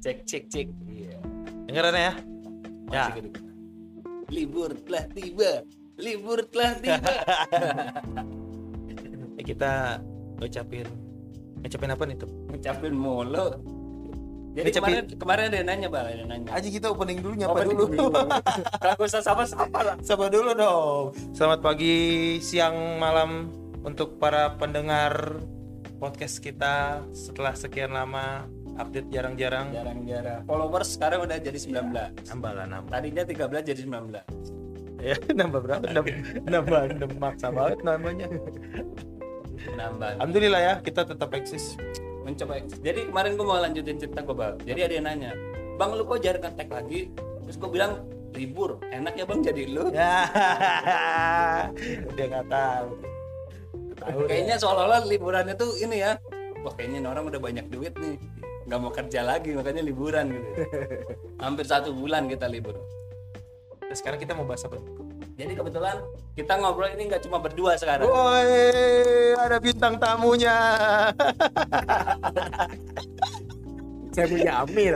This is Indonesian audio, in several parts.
Cek. Iya. Dengeran ya? Ya. Libur telah tiba. Kita ngucapin apa nih tuh? Ngucapin mulu. Jadi kemarin ada yang nanya, Bang, Aja kita opening dulu, nyapa dulu. Gak usah sapa-sapa lah. Sapa dulu dong. Selamat pagi, siang, malam untuk para pendengar podcast kita setelah sekian lama update jarang-jarang. Followers sekarang udah jadi 19. Nambah. Tadinya 13 jadi 19. Ya, nambah berapa? Nambah maksa banget namanya. Nambah. Alhamdulillah ya, kita tetap eksis. Mencoba. Jadi kemarin gue mau lanjutin cerita gue, Bang. Jadi ada yang nanya, Bang, lu kok jarang nge-tag lagi? Terus gue bilang, libur. Enak ya, Bang, jadi lu? Ya. Dia nggak tahu. Kayaknya seolah-olah liburannya tuh ini ya. Wah, kayaknya orang udah banyak duit nih, nggak mau kerja lagi, makanya liburan gitu. Hampir 1 bulan kita libur. Terus sekarang kita mau bahas apa? Jadi kebetulan kita ngobrol ini nggak cuma berdua sekarang. Woi, ada bintang tamunya. Saya punya Amir.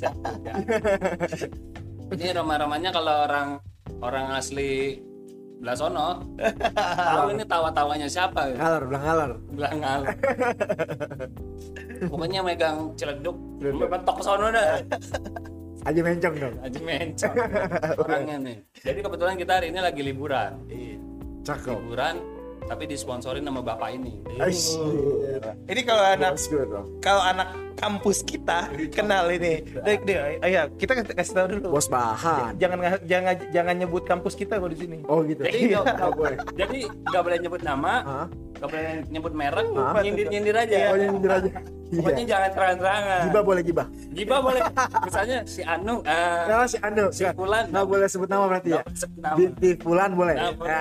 Ini rumah-rumahnya kalau orang asli Blasono tahu ini tawa-tawanya siapa? Ngalor. Bilang ngalor. Pokoknya megang celeduk, mentok sono dah. Aja mencong dong. Aji mencong orangnya nih. Jadi kebetulan kita hari ini lagi liburan. Cakep. Liburan tapi disponsorin sama bapak ini. Ini kalau anak kampus kita kenal ini. Ayo kita kasih tahu dulu. Bos bahan. Jangan nyebut kampus kita kok di sini. Oh gitu. Jadi Nggak boleh. jadi nggak boleh nyebut nama, nggak boleh nyebut merek, nyindir aja. Oh nyindir aja. Pokoknya jangan terang-terangan. Gibah boleh gibah. Gibah boleh. Misalnya si Anu, Si Anu. si Fulan. Nggak boleh sebut nama berarti ya. Nggak boleh sebut nama. Binti Fulan boleh. Nggak boleh.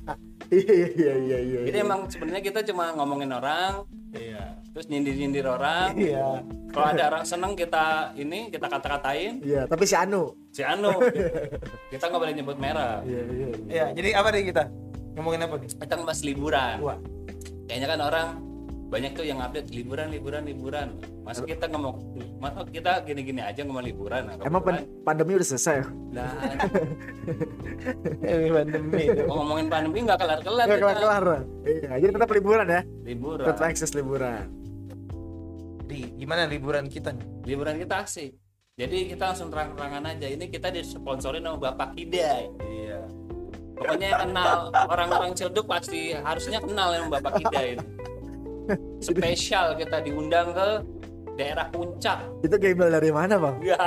Iya. Jadi emang sebenarnya kita cuma ngomongin orang, Iya. terus nyindir orang. Iya. Kalau ada orang seneng kita kata-katain. Iya, tapi si Anu. Si Anu, kita nggak boleh nyebut merek. Iya, jadi apa nih kita? Ngomongin apa nih? Kita ngebahas liburan. Wah. Kayaknya kan orang banyak tuh yang update liburan. Masa kita gini-gini aja ngomong liburan. Emang pandemi udah selesai? Nah, Pandemi. ngomongin pandemi nggak kelar-kelar. Nggak kita. kelar. Iya, jadi tetap liburan ya. Liburan. Tetap akses liburan. Jadi gimana liburan kita nih? Liburan kita asik. Jadi kita langsung terang-terangan aja. Ini kita disponsorin sama Bapak Kidai. Iya. Pokoknya yang kenal orang-orang Ciledug pasti harusnya kenal sama Bapak Kidai ini. Spesial kita diundang ke daerah Puncak. Itu gembel dari mana, Bang? Ya.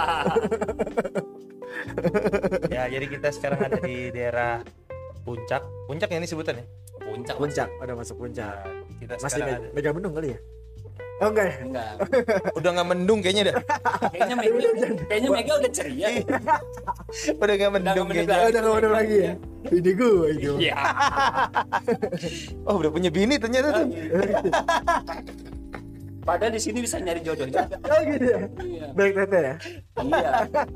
Ya, jadi kita sekarang ada di daerah Puncak. Puncak yang ini sebutannya. Puncak. Udah masuk puncak. Kita Masih sekarang ada. mega mendung kali ya? Oh enggak ya? Enggak. Udah nggak mendung kayaknya dah. Kayaknya Mega udah ceria. Udah nggak mendung kayaknya. Udah nggak mendung lagi ya? Ini gue itu. Iya. Oh, udah punya bini ternyata tuh. Padahal di sini bisa nyari jodoh juga. Oh gitu ya? Iya. Baik tete ya? Iya.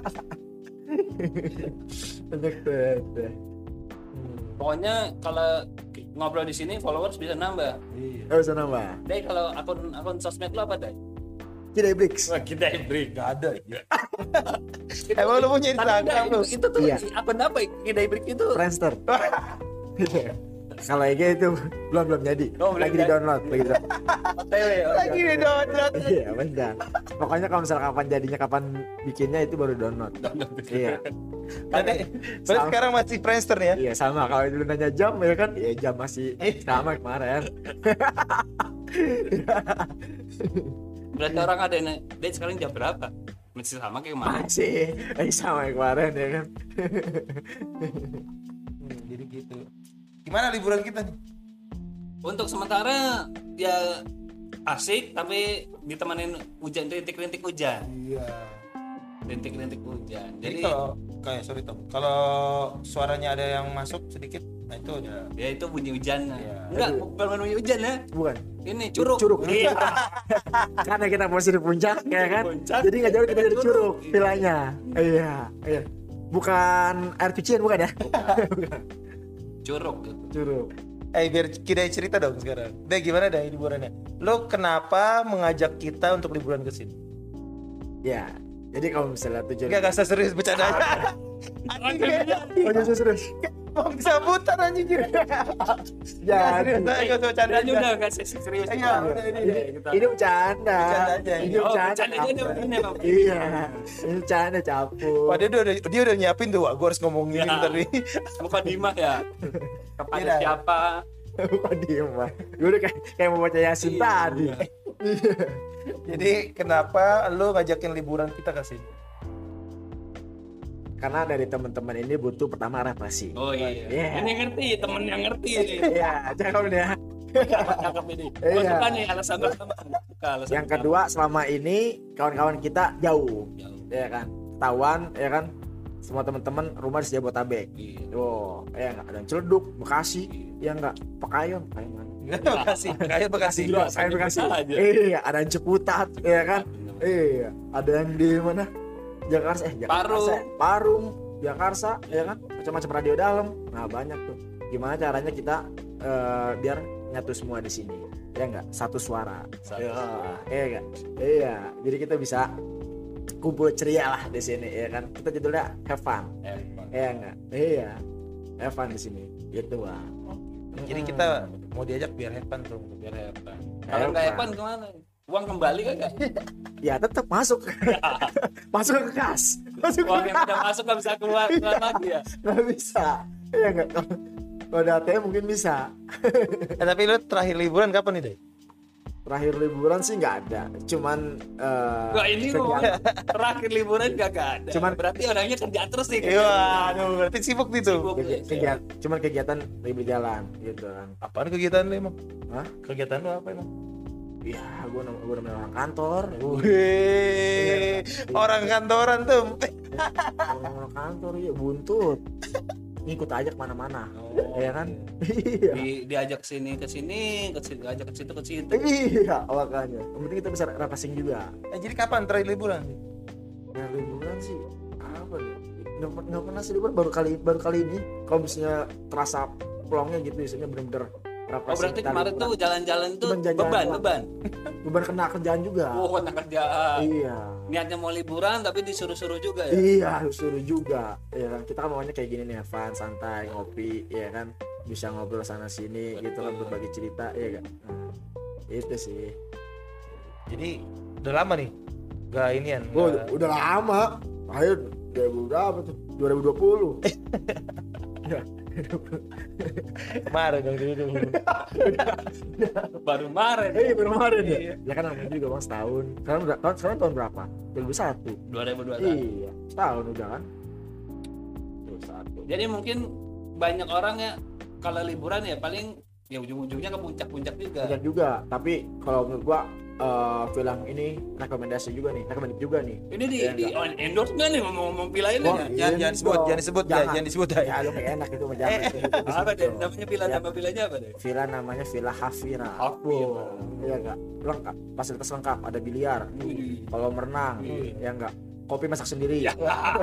Baik tete. Pokoknya kalau ngobrol di sini followers bisa nambah. Oh bisa nambah. Deh kalau akun sosmed lo apa, Deh? Kidai Bricks. Wah, kita break. Nggak ada. Emang lu punya Instagram lu? Itu tuh Iya. akun apa? Kita break itu. Friendster. Kalau IG itu belum jadi. Oh, belum lagi jadi. di download. OTW. Lagi di download. Iya benar. Pokoknya kalau misalnya kapan bikinnya itu baru download. Iya. Berarti sekarang masih Friendster nih ya? Iya sama, kalau dulu nanya jam ya kan, ya jam masih sama kemarin. Berarti orang ada yang nanya, Dek sekarang jam berapa? Masih sama kayak kemarin. Masih sama kemarin ya kan. Jadi gitu. Gimana liburan kita nih? Untuk sementara ya asik tapi ditemenin hujan, rintik-rintik hujan. Iya. Rintik-rintik hujan. Jadi kalau suaranya ada yang masuk sedikit, nah itu udah. Ya itu bunyi hujan. Iya. Enggak, bukan bunyi hujan ya. Bukan. Ini curug. Iya. Karena kita posisi di puncak ya kan. Puncak. Jadi nggak jauh kita dari Curug. curug vilanya. Iya. Bukan air cucian bukan ya? Curug gitu. Curug. Biar kita cerita dong sekarang. Deh gimana liburannya? Lo kenapa mengajak kita untuk liburan ke sini? Ya, Jadi kalau misalnya tujuan Enggak usah serius bercanda aja. oh justru serius. Mau disambutan anjing. Ya, Serius aja enggak usah bercanda Ini aja. udah gak serius. Iya, udah ini. ini bercanda. Bercanda aja. Ini Oh, bercanda. bercandanya dia begini, Bang. Iya, ini bercanda capu. Wah, dia udah nyiapin tuh, wah, gua harus ngomongin Ya. tadi. Bukan Dimah ya. Kepada Iya. siapa? Bukan diem, Bang. Gue udah kayak mau baca Yasin Iya. tadi. Jadi kenapa lu ngajakin liburan kita ke sini? Karena dari teman-teman ini butuh pertama refreshing. Oh iya. Iya. Ini ngerti, temen yang ngerti. Iya, jangan ya. Cakep ini. Oh, Iya. suka nih alasan pertama. Suka alasan Yang kedua, selama ini kawan-kawan kita jauh, pertama. ya kan? Ketahuan, ya kan? Semua teman-teman rumah di Jabotabek. Iya. Oh, ya enggak ada yang Ciledug, Bekasi, ya enggak? Pekayon, Pekayon mana? Bekasi, kayak Bekasi. Juga, saya Bekasi. aja. Iya, ada yang Ciputat, ya kan? Iya, ada yang di mana? Jakarta, Parung, Jakarta, ya kan? Macam-macam radio dalam. Nah, banyak tuh. Gimana caranya kita biar nyatu semua di sini? Ya enggak? Satu suara. Satu Iya, suara. iya enggak? Iya. Jadi kita bisa kumpul ceria lah di sini, ya kan? Kita judulnya have fun. Iya enggak? Iya. Have fun di sini. Gitu, Bang. Jadi kita mau diajak biar have fun tuh. Biar Evan. Kalau nggak Evan kemana? Uang kembali kagak? Ya tetap masuk. Masuk ke kas. Masuk Uang ke yang udah masuk nggak bisa keluar lagi ya? nggak bisa. Iya enggak? Kalau ada ATM mungkin bisa. Tapi lu terakhir liburan kapan nih, Day? Terakhir liburan sih nggak ada. Cuman Wah ini kegiatan- terakhir liburan kagak ada. Cuman- berarti orangnya kerja terus nih. Iya, aduh, berarti sibuk nih tuh. Sibuk. kegiatan, cuman kegiatan ribet jalan gitu kan. Apaan kegiatan lu emang? Hah? Kegiatan lu apa emang? Ya, gue namanya orang kantor. Wih, orang kantoran tuh. Orang kantor ya buntut. Ngikut aja kemana-mana. Oh, Ya kan? Iya. diajak sini ke sini, diajak ke situ ke situ. Iya, makanya. Yang penting kita bisa refreshing juga. Jadi kapan terakhir liburan? Nah, liburan sih apa nih? Nggak pernah sih liburan baru kali ini. Kalau misalnya terasa plongnya gitu, misalnya bener-bener Oh berarti kemarin tuh jalan-jalan tuh Cuman jalan-jalan beban. beban kena kerjaan juga. Oh kena kerjaan. Iya. Niatnya mau liburan tapi disuruh-suruh juga ya. Iya, harus suruh juga. Ya kan, kita kan maunya kayak gini nih, Evan, santai, ngopi, ya kan, bisa ngobrol sana sini, gitu kan, berbagi cerita, ya kan. Nah, itu sih. Jadi udah lama nih gak inian. Oh, nggak- udah lama. Ayo, 2000 berapa tuh? 2020. Ya, Kemarin dong dulu. Baru kemarin. baru kemarin ya. Iya. Ya kan namanya juga Bang setahun. Sekarang tahun berapa? 2001. 2021. Iya, setahun udah kan. 2021. Jadi mungkin banyak orang ya kalau liburan ya paling ya ujung-ujungnya ke puncak-puncak juga. Banyak juga, tapi kalau menurut gua film ini rekomendasi juga nih, recommended juga nih. Ini Iya, di endorse nggak nih ngomong pila ini? Wah, ya? Jangan disebut, jangan disebut, jangan disebut. Ya lu kayak enak itu jangan disebut. Apa deh? Namanya pila, Ya. nama pilanya apa deh? Villa namanya Villa Hafira. Hafira. Iya enggak? Lengkap, fasilitas lengkap, ada biliar, kolam renang, ya enggak? Kopi masak sendiri. Ya.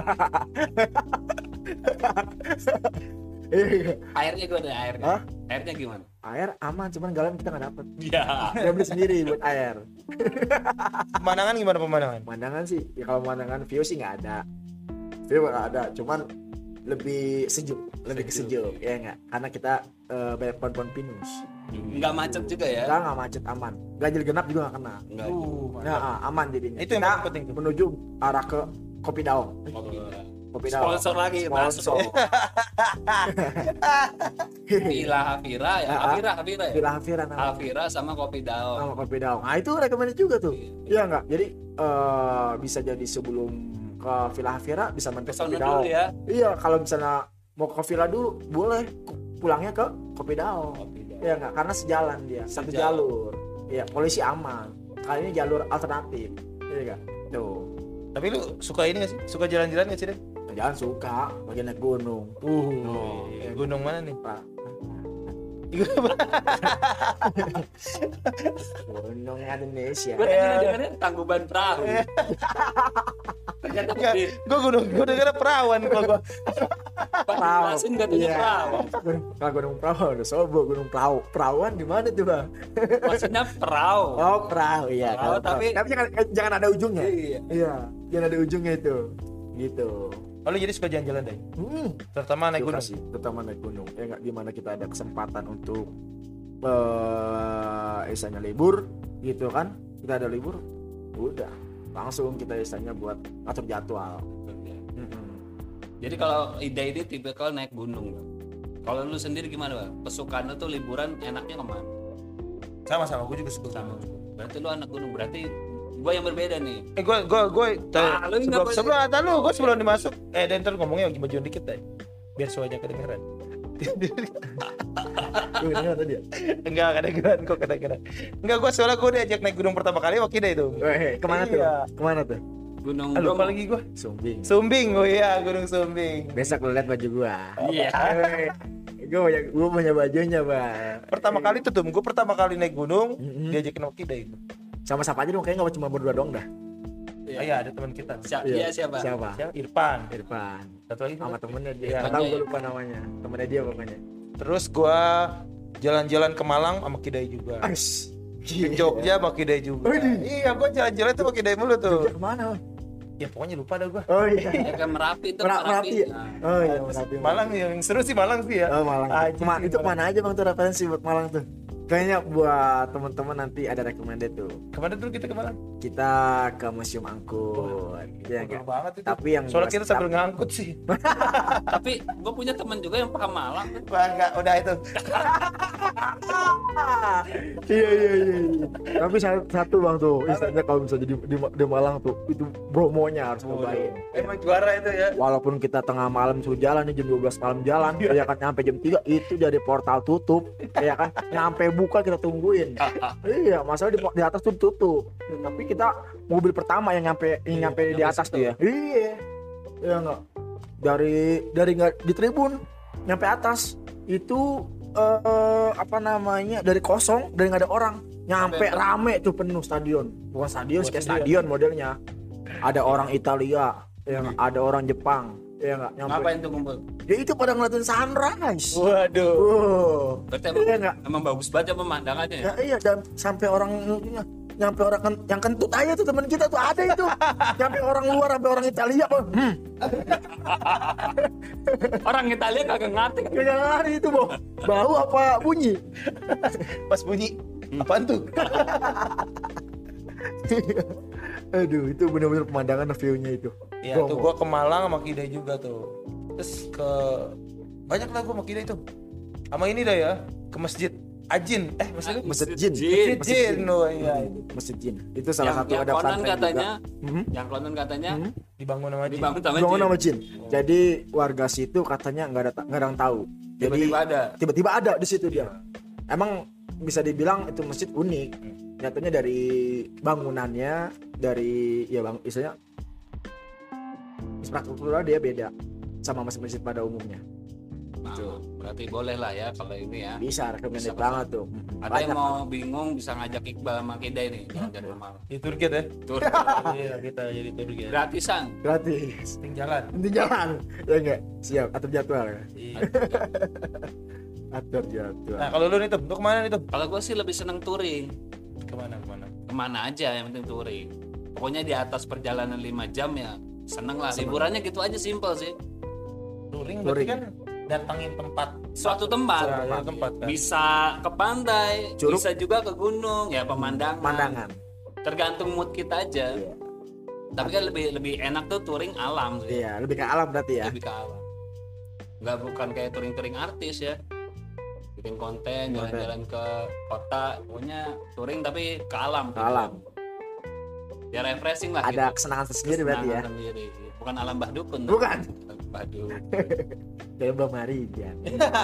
Iya. Airnya gimana airnya? Hah? Airnya gimana? Air aman, cuman garam kita nggak dapet. Ya. Kita beli sendiri buat air. Pemandangan gimana pemandangan? Pemandangan sih, ya kalau pemandangan view sih nggak ada. View nggak ada, cuman lebih sejuk, lebih sejuk, ya enggak? Karena kita banyak pohon-pohon pinus. Nggak macet juga ya? Nggak macet, aman. Ganjil genap juga nggak kena. Enggak. Nah, aman jadinya. Itu yang Kita paling penting tuh. menuju arah ke Kopi Daong. Kopi Daong. Sponsor lagi, Sponsor. Villa Hafira ya, Ah, Hafira ya. Villa Hafira namanya. Hafira sama Kopi Daong. Sama Kopi Daong. Nah, itu recommended juga tuh. Iya enggak? Jadi bisa jadi sebelum ke Villa Hafira bisa mampir Kesana Kopi dulu Daong. ya. Iya, kalau misalnya mau ke Villa dulu boleh pulangnya ke Kopi Daong. Kopi Daong. Iya enggak? Karena sejalan dia, satu Sejalan. jalur. Iya, polisi aman. Kali ini jalur alternatif. Iya enggak? Tuh. Tapi lu suka ini gak sih? Suka jalan-jalan gak sih, Den? Jangan suka, bagian naik gunung. Gunung mana nih? Pak. Gunung Indonesia. Gue tadi dengarnya Tangkuban Perahu. Ternyata Enggak, gue gunung, gue dengar perawan kalau gue. Pak jelasin katanya perahu. Kalau gunung perahu, ada sobo gunung perahu. Perahuan di mana tuh bang? Maksudnya perahu. Oh perahu iya. Perahu, Kalau tapi- jangan ada ujungnya. Iya. Iya, jangan ada ujungnya itu. Gitu. Lalu jadi suka jalan-jalan deh. Terutama naik gunung. Edukasi, terutama naik gunung. Ya nggak, di mana kita ada kesempatan untuk istilahnya libur, gitu kan? Kita ada libur, udah langsung kita istilahnya buat ngatur jadwal. Jadi kalau ide tipikal naik gunung, Bang. Kalau lu sendiri gimana, Bang? Pesukaan lu tuh liburan enaknya kemana? Sama-sama, gue juga suka Sama. gunung. Berarti lu anak gunung. Berarti gua yang berbeda nih. Lu lu nggak boleh. sebelum dimasuk, dan ntar ngomongnya majuan dikit deh, biar suaranya kedengeran. Lu dengar tadi ya? Enggak kedengeran kok kedengeran. Enggak, soalnya gue diajak naik gunung pertama kali waktu itu. Kemana tuh? Iya. Kemana tuh? Gunung Lupa Bromo. lagi gue. Sumbing. Sumbing, oh iya, Gunung Sumbing. Besok lu lihat baju gua. Iya. Gue punya bajunya bang. Pertama kali tuh gue pertama kali naik gunung, Mm-mm. diajakin Oki deh. Sama siapa aja dong, kayaknya nggak cuma berdua dong dah. Iya, ada teman kita. Iya, siapa? Siapa? Siapa? Irfan. Irfan. Satu lagi Sama temennya dia. Iya. Nggak tahu gue lupa namanya. Temennya dia pokoknya. Terus gue jalan-jalan ke Malang sama Kidai juga. Ais. Ke Jogja sama Kidai juga. Widih. Iya, gue jalan-jalan tuh sama Kidai mulu tuh. Kemana? Ya pokoknya lupa dah gue. Oh iya. Ya kan Merapi itu Merapi. Nah, Oh iya Merapi. Malang yang seru sih Malang sih ya. Oh Malang. Anjing, Itu Malang. mana aja bang tuh referensi buat Malang tuh? Kayaknya buat teman-teman nanti ada recommended tuh. Kemana dulu kita ke Malang? Kita ke Museum Angkut. Iya Betul enggak? banget itu. Tapi yang Soalnya gua- kita sambil ngangkut sih. Tapi gue punya teman juga yang paham Malang. Wah, enggak, udah itu. Iya. Tapi satu bang tuh, istilahnya kalau bisa jadi di Malang tuh, itu bromonya harus cobain. Emang juara itu ya. Walaupun kita tengah malam suruh jalan nih jam 12 malam jalan, ya kan nyampe jam 3 itu dari portal tutup, ya kan nyampe buka kita tungguin. Iya, masalah di atas tuh tutup. Tapi kita mobil pertama yang nyampe di atas tuh ya. Iya. Ya enggak. Dari nggak di tribun nyampe atas itu apa namanya dari kosong, dari nggak ada orang, nyampe rame tuh penuh stadion. Bukan stadion, kayak stadion modelnya. Ada orang Italia, ya nggak? Ada orang Jepang, ya nggak nyampe. Ngapain tuh kumpul? Ya itu pada ngeliatin sunrise. Waduh. Wow. Berarti Iya nggak? emang bagus banget ya pemandangannya ya? Ya iya, dan sampai orang nyampe orang yang kentut aja tuh teman kita tuh ada itu. Nyampe orang luar, sampai orang Italia kok. Orang Italia kagak ngerti. Kayak lari itu, Bo. Bau apa bunyi? Pas bunyi. Apaan tuh? Aduh, itu benar-benar pemandangan view-nya itu. Ya tuh Bromo. gua ke Malang sama Kidai juga tuh. Terus ke banyak lah gua sama Kidai tuh. Sama ini dah ya, ke Masjid Ajin. Maksudnya Masjid Jin. Jin. Masjid Jin. Oh iya. Masjid Jin. Itu salah satu ada konon pesantren katanya, juga. yang konon katanya Dibangun sama Jin. dibangun sama Bangun Jin. nama Jin. Jadi warga situ katanya nggak ada yang tahu. Jadi Tiba-tiba ada. di situ dia. Emang bisa dibilang itu masjid unik. Nyatanya dari bangunannya, dari ya bang, istilahnya infrastrukturnya dia beda sama masjid-masjid pada umumnya. Nah, berarti boleh lah ya kalau ini ya. Bisa recommended Bisa, banget tuh. Ada yang mau bingung bisa ngajak Iqbal sama Kidai nih jalan-jalan ke Malang. Di Turki ya. Tur. Iya, kita jadi Turki ya. Gratisan. Gratis. Ting jalan. Nanti jalan. Ya enggak? Siap, atur jadwal. Iya. Atur jadwal. Nah, kalau lu nih tuh, lu kemana nih tuh? Kalau gue sih lebih seneng touring. Kemana? Kemana aja yang penting touring. Pokoknya di atas perjalanan 5 jam ya seneng lah. Liburannya gitu aja simple sih. Touring berarti kan datangin tempat Suatu tempat. tempat kan. Bisa ke pantai, Curug. bisa juga ke gunung, ya Pandangan. Tergantung mood kita aja. Iya. Tapi kan lebih enak tuh touring alam sih. Iya, lebih ke alam berarti ya. Lebih ke alam. Nggak bukan kayak touring artis ya. Bikin konten, jalan-jalan ke kota, pokoknya touring tapi ke alam. Ke alam. Ya refreshing lah. Ada gitu. kesenangan tersendiri berarti ya. Kesenangan sendiri. Bukan alam Mbah Dukun. Bukan. Mbah Dukun. Kayak Mbak Marijan.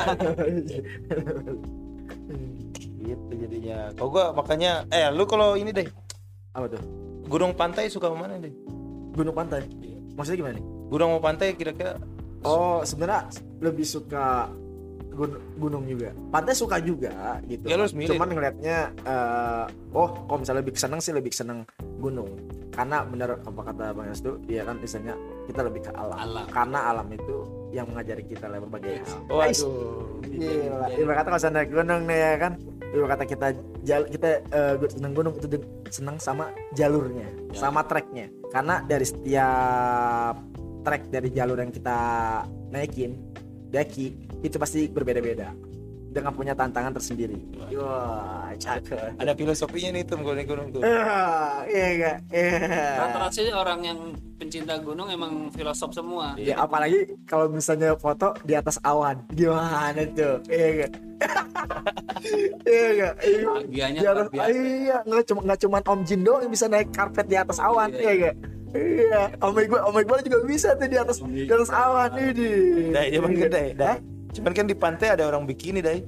Gitu jadinya. Kalau gua makanya lu kalau ini deh, Apa tuh? gunung pantai suka mana deh? Gunung pantai. Maksudnya gimana nih? Gunung mau pantai kira-kira Oh, sebenarnya lebih suka gunung juga. Pantai suka juga gitu. Ya, lu harus milih. Cuman ngelihatnya kalau misalnya lebih seneng sih lebih seneng gunung. Karena bener apa kata Bang Yas tuh, iya kan misalnya kita lebih ke alam. Alam. Karena alam itu yang mengajari kita lah berbagai hal. Waduh. Gila, ibarat kata kalau naik gunung nih ya kan, ibarat kata kita senang gunung itu senang sama jalurnya, sama treknya. Karena dari setiap trek dari jalur yang kita naikin, daki itu pasti berbeda-beda dengan punya tantangan tersendiri. Wah, cakep. Ada filosofinya nih tuh gunung tuh. Iya enggak? Rata-rata sih orang yang pencinta gunung emang filosof semua. Ya apalagi kalau misalnya foto di atas awan. Gimana tuh? Iya enggak? Iya enggak? Bahagianya Di atas, luar biasa. iya, nggak cuma Om Jin doang yang bisa naik karpet di atas awan. Iya enggak? Iya, Om Iqbal juga bisa tuh di atas awan ini. Dai, cuman kan Dai. Cuman kan di pantai ada orang bikini, Dai.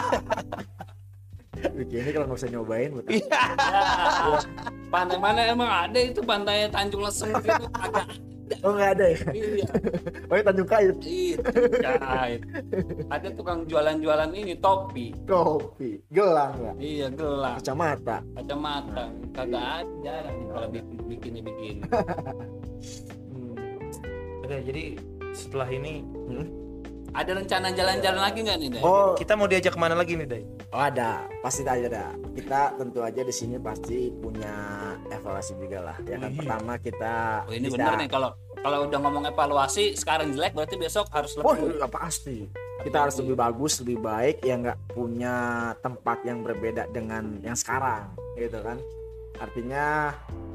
Begini kalau nggak bisa nyobain, betul. Pantai mana emang ada itu pantai Tanjung Lesung gitu agak Oh nggak ada ya? iya. Oh ini Tanjung Kait, Itu jahit. Ada tukang jualan-jualan ini topi. kopi, gelang nggak? Iya gelang, Kacamata. kacamata, kagak ada jarang kalau bikin. Oke, jadi setelah ini Ada rencana jalan-jalan lagi nggak nih, Dai? Oh, kita mau diajak kemana lagi nih, Dai? ada, pasti ada. Kita tentu aja di sini pasti punya evaluasi juga lah. Ya kan, pertama kita Oh, ini bisa- bener nih kalau udah ngomong evaluasi sekarang jelek berarti besok harus Oh, lebih. iya, pasti. Kita harus lebih bagus, lebih baik, ya nggak punya tempat yang berbeda dengan yang sekarang, gitu kan? Artinya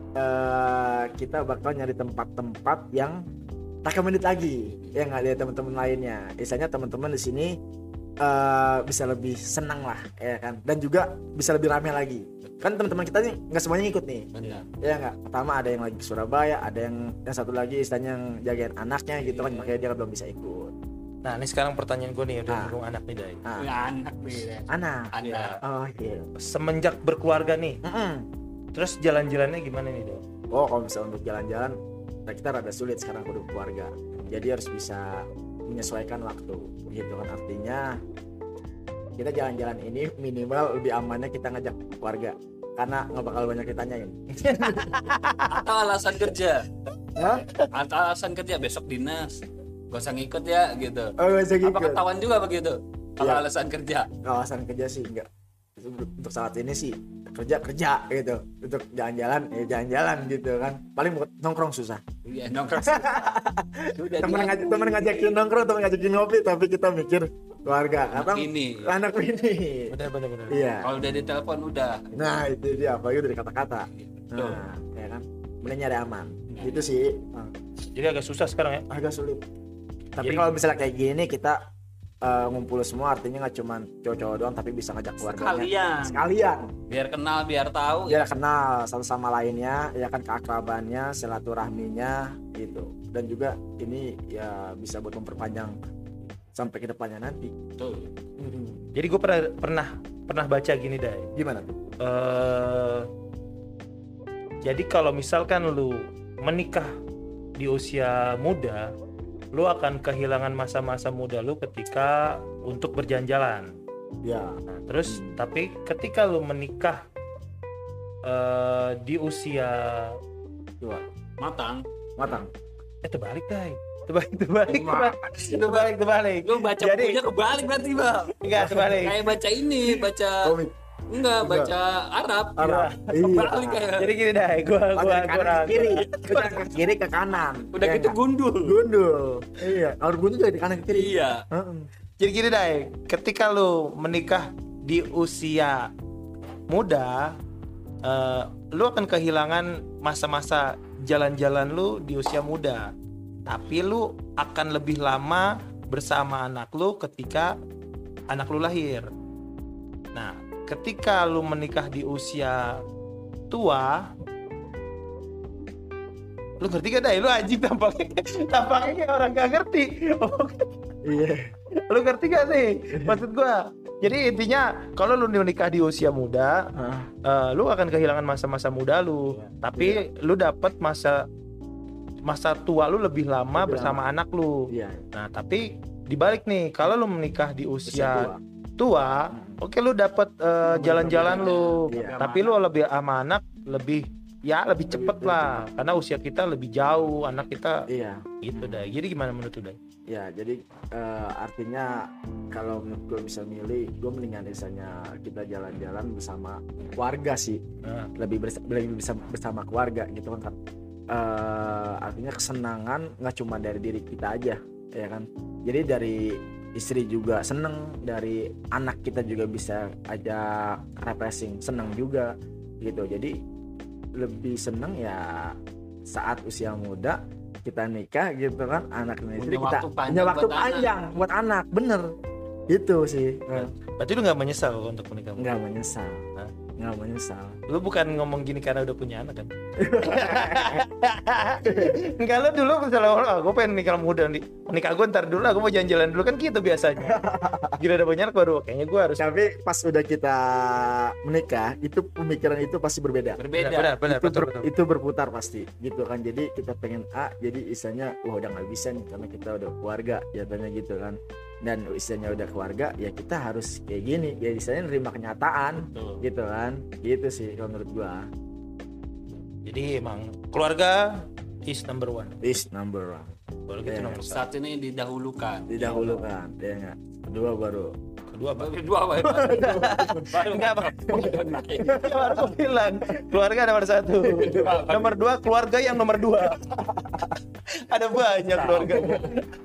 kita bakal nyari tempat-tempat yang recommended lagi, ya nggak lihat teman-teman lainnya. Biasanya teman-teman di sini bisa lebih senang lah, ya kan? Dan juga bisa lebih ramai lagi. Kan teman-teman kita nih nggak semuanya ngikut nih. Benar. Ya nggak, pertama ada yang lagi ke Surabaya, ada yang satu lagi istilahnya yang jagain anaknya gitu kan, makanya dia belum bisa ikut. Nah, ini sekarang pertanyaan gue nih udah Ah. ngomong anak nih, Dai. Nah, Ya, anak nih. Dai. anak. Anak. Oh iya. Semenjak berkeluarga nih, terus jalan-jalannya gimana nih, Dai? Oh kalau misalnya untuk jalan-jalan, kita rada sulit sekarang kudu keluarga. Jadi harus bisa menyesuaikan waktu, gitu kan. Artinya kita jalan-jalan ini minimal lebih amannya kita ngajak keluarga, karena nggak bakal banyak ditanyain. Atau alasan kerja. Hah? Atau alasan kerja besok dinas. Gak usah ngikut ya gitu. Oh nggak bisa gitu. Apa ketahuan juga begitu? Kalau Iya. alasan kerja. Kawasan kerja sih enggak. Untuk saat ini sih kerja gitu. Untuk jalan-jalan ya jalan-jalan gitu kan. Paling buat nongkrong susah. Iya, nongkrong. Sudah Temen ngajakin nongkrong, temen ngajakin ngopi, tapi kita mikir keluarga. Anak ini. Anak ini. Benar. Iya. Kalau udah ditelepon udah. Nah itu dia, apalagi dari kata-kata. Tuh. Nah, ya kan. Mending nyari aman. Itu sih Jadi agak susah sekarang ya. agak sulit. Tapi Jadi- kalau misalnya kayak gini kita ngumpul semua, artinya nggak cuma cowok-cowok doang, tapi bisa ngajak keluarganya sekalian. Biar kenal, biar tahu. Ya kenal satu sama lainnya, ya kan, keakrabannya, silaturahminya gitu. Dan juga ini ya bisa buat memperpanjang sampai ke depannya nanti. Tuh. Jadi gue pernah baca gini, Dai. Gimana tuh? Jadi kalau misalkan lu menikah di usia muda, lu akan kehilangan masa-masa muda lu ketika untuk berjalan-jalan. Ya. Nah, terus tapi ketika lu menikah di usia Coba. Matang. Matang. terbalik, Dai. Terbalik. Lu baca Jadi- bukunya kebalik berarti, Bang. Enggak, terbalik. Kayak baca ini, baca Komik. enggak, baca Arab. Arab. Kebalik kayak. Jadi gini, Dai, gua Dari kanan ke kiri, udah ke kiri ke kanan. Udah Ya gitu nggak? gundul. Gundul. Iya, harus gundul juga di kanan ke kiri. Iya. Heeh. Jadi gini, Dai, ketika lu menikah di usia muda, lu akan kehilangan masa-masa jalan-jalan lu di usia muda. Tapi lu akan lebih lama bersama anak lu ketika anak lu lahir. Nah, ketika lu menikah di usia tua, lu ngerti gak, Dai? Lu anjing tampaknya kayak orang gak ngerti. Iya. Lu ngerti gak sih maksud gua? Jadi intinya kalau lu menikah di usia muda, lu akan kehilangan masa-masa muda lu, tapi lu dapat masa tua lu lebih lama bersama anak lu. Iya. Nah, tapi dibalik nih, kalau lu menikah di usia tua. tua, oke, lu dapat jalan-jalan lu, Iya. tapi lu lebih sama anak lebih ya lebih cepet lah, karena usia kita lebih jauh, anak kita Iya. gitu dah. Jadi gimana menurut lu, Day? Ya, jadi artinya kalau menurut gue bisa milih, gue mendingan misalnya kita jalan-jalan bersama keluarga sih. Nah, Lebih bisa bersama keluarga gitu kan. Artinya kesenangan nggak cuma dari diri kita aja, ya kan. Jadi dari istri juga seneng, dari anak kita juga bisa ajak refreshing, seneng juga gitu. Jadi lebih seneng ya saat usia muda kita nikah gitu kan, anak dan istri Punya kita waktu panjang punya waktu buat panjang buat anak, bener gitu sih. berarti lu nggak menyesal untuk menikah? Nggak menyesal. Hah? Nggak menyesal. Lu bukan ngomong gini karena udah punya anak kan? Enggak, lu dulu misalnya gue pengen nikah muda nih, nikah gue ntar dulu, gue mau jalan-jalan dulu kan gitu biasanya. Gila udah punya anak baru kayaknya gue harus. Tapi pas udah kita menikah, itu pemikiran itu pasti berbeda. Berbeda. Benar, itu, betul. itu berputar pasti gitu kan. Jadi kita pengen A, jadi istilahnya wah udah nggak bisa nih karena kita udah keluarga jatuhnya gitu kan. Dan istilahnya udah keluarga ya kita harus kayak gini ya, istilahnya nerima kenyataan. Betul. Gitu kan, gitu sih kalau menurut gua. Jadi emang keluarga is number one. Is number one, Keluarga itu Iya. nomor satu. Saat ini didahulukan. didahulukan ya nggak, kedua baru. Kedua apa? Kedua apa? Baru Enggak apa. Ya, baru aku bilang keluarga nomor satu. Nomor dua keluarga yang nomor dua. Ada banyak keluarganya.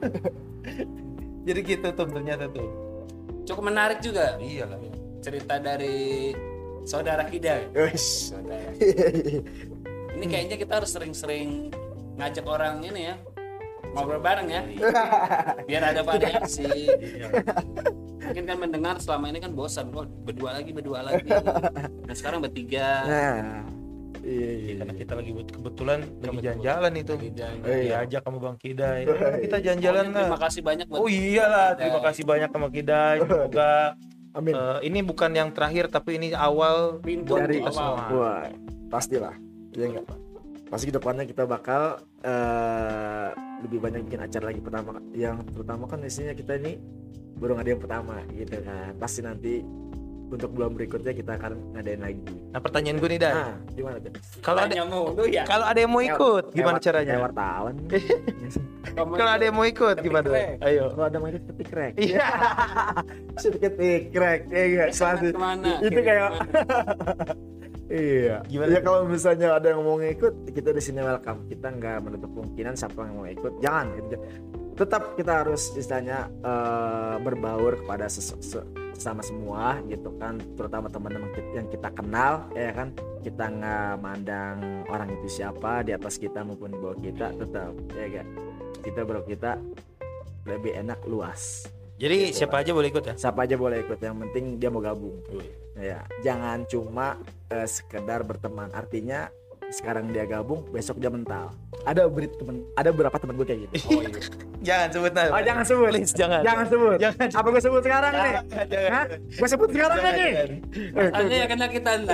Jadi gitu tuh ternyata tuh. Cukup menarik juga Iya lah. cerita dari saudara Kida. Wes. Saudara. Ini kayaknya kita harus sering-sering ngajak orang ini ya, ngobrol bareng ya, biar ada variasi. Mungkin kan mendengar selama ini kan bosan, kok berdua lagi. Dan sekarang bertiga. Nah, iya. Karena kita lagi kebetulan lagi jalan-jalan itu. Lagi jalan. Diajak sama Bang Kidai. Kita jalan-jalan lah. Terima kasih banyak buat Oh iyalah, terima kasih banyak sama Kidai. Semoga Amin. ini bukan yang terakhir tapi ini awal Pintu buat dari kita semua. Wah, pastilah. Iya enggak? Pasti kedepannya kita bakal lebih banyak bikin acara lagi. Pertama, yang terutama kan isinya kita ini baru ngadain yang pertama gitu kan. Pasti nanti untuk bulan berikutnya kita akan ngadain lagi. Nah pertanyaan gue nih Dan, Nah, gimana tuh? kalau ada Tanya mulu ya. kalau ada yang mau ikut gimana Kayak caranya? wartawan. Kalau ada yang mau ikut gimana? Ketik Ayo. Kalau ada mau ikut ketik crack. Iya. Ketik crack. Ya enggak? Selanjutnya. Kemana? Itu kayak iya. Gimana? Ya kalau misalnya ada yang mau ngikut, kita di sini welcome. Kita nggak menutup kemungkinan siapa yang mau ikut. Jangan gitu. Tetap kita harus istilahnya berbaur kepada sesama semua gitu kan, terutama teman-teman yang kita kenal ya kan. Kita nggak mandang orang itu siapa di atas kita maupun di bawah kita, tetap ya kan. Kita kita lebih enak luas. Jadi siapa aja boleh ikut ya? Siapa aja boleh ikut, yang penting dia mau gabung. Ya, jangan cuma sekedar berteman. Artinya sekarang dia gabung, besok dia mental. Ada beberapa teman gue kayak gitu. Oh iya. Jangan sebut nama. Oh, jangan sebut. Please, jangan. Jangan sebut. Jangan. Apa gue sebut sekarang nih? Jangan. Hah? Gue sebut sekarang Jangan, nih. jangan. Ada ya kena kita entar.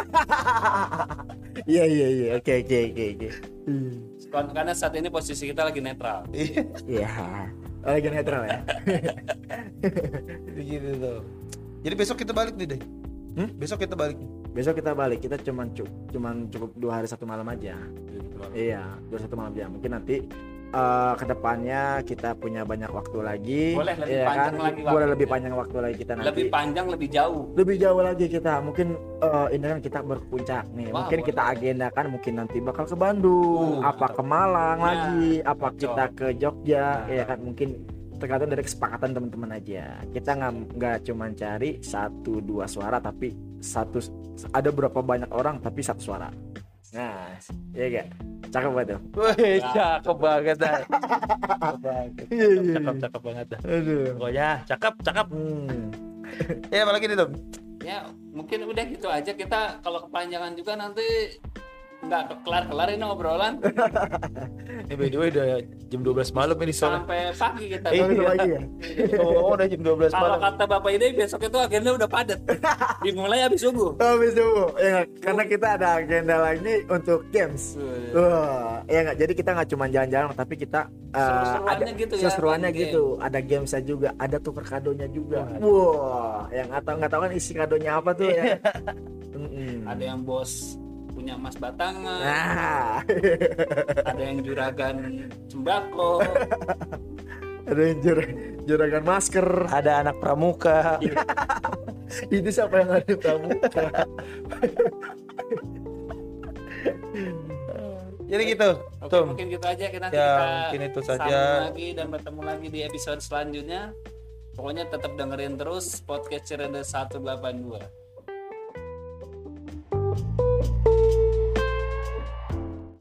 Iya. Oke. Karena saat ini posisi kita lagi netral. Iya. Lagi netral ya. Gitu tuh. Jadi besok kita balik nih deh. Besok kita balik. Besok kita balik. Kita cuman cukup 2 hari 1 malam aja. Iya, 2 hari 1 malam aja. Mungkin nanti kedepannya kita punya banyak waktu lagi. Boleh lebih ya panjang kan? lagi Boleh waktunya. lebih panjang waktu lagi kita nanti. Lebih panjang, lebih jauh. Lebih jauh lagi kita. Mungkin ini kan kita berpuncak nih. Wah, Mungkin boleh. kita agendakan mungkin nanti bakal ke Bandung, apa ke Malang Ya, lagi, apa cocok. kita ke Jogja, ya kan mungkin tergantung dari kesepakatan teman-teman aja. Kita nggak cuma cari 1-2 suara, tapi ada berapa banyak orang tapi 1 suara. Nah, iya gak? Cakep banget tuh. Wih, cakep banget dah. Cakep banget dah. Aduh. Pokoknya cakep. Ya apalagi nih Tom? Ya mungkin udah gitu aja. Kita kalau kepanjangan juga nanti nggak kelar-kelar ini obrolan Ini by the way udah jam 12 malam ini soalnya. sampai pagi kita. Oh, itu lagi ya? Oh, udah jam 12 Kalau malam. kata Bapak Ide besok itu agenda udah padat. Dimulai habis subuh. Habis subuh. Ya, karena kita ada agenda lagi untuk games. Wah, ya nggak. Jadi kita nggak cuma jalan-jalan, tapi kita Seru-seruannya gitu ya, seru-seruannya main gitu. Ada gamesnya juga, ada tuker kadonya juga. Wah, yang nggak tahu kan isi kadonya apa tuh ya. Ada yang bos punya emas batangan, Nah, ada yang juragan sembako, ada yang juragan masker. Ada anak pramuka. Itu siapa yang ada pramuka? Jadi gitu. Oke, Tuh. mungkin gitu aja, nanti Ya, kita mungkin itu sambung saja. lagi dan bertemu lagi di episode selanjutnya. Pokoknya tetap dengerin terus podcast Cirende 182.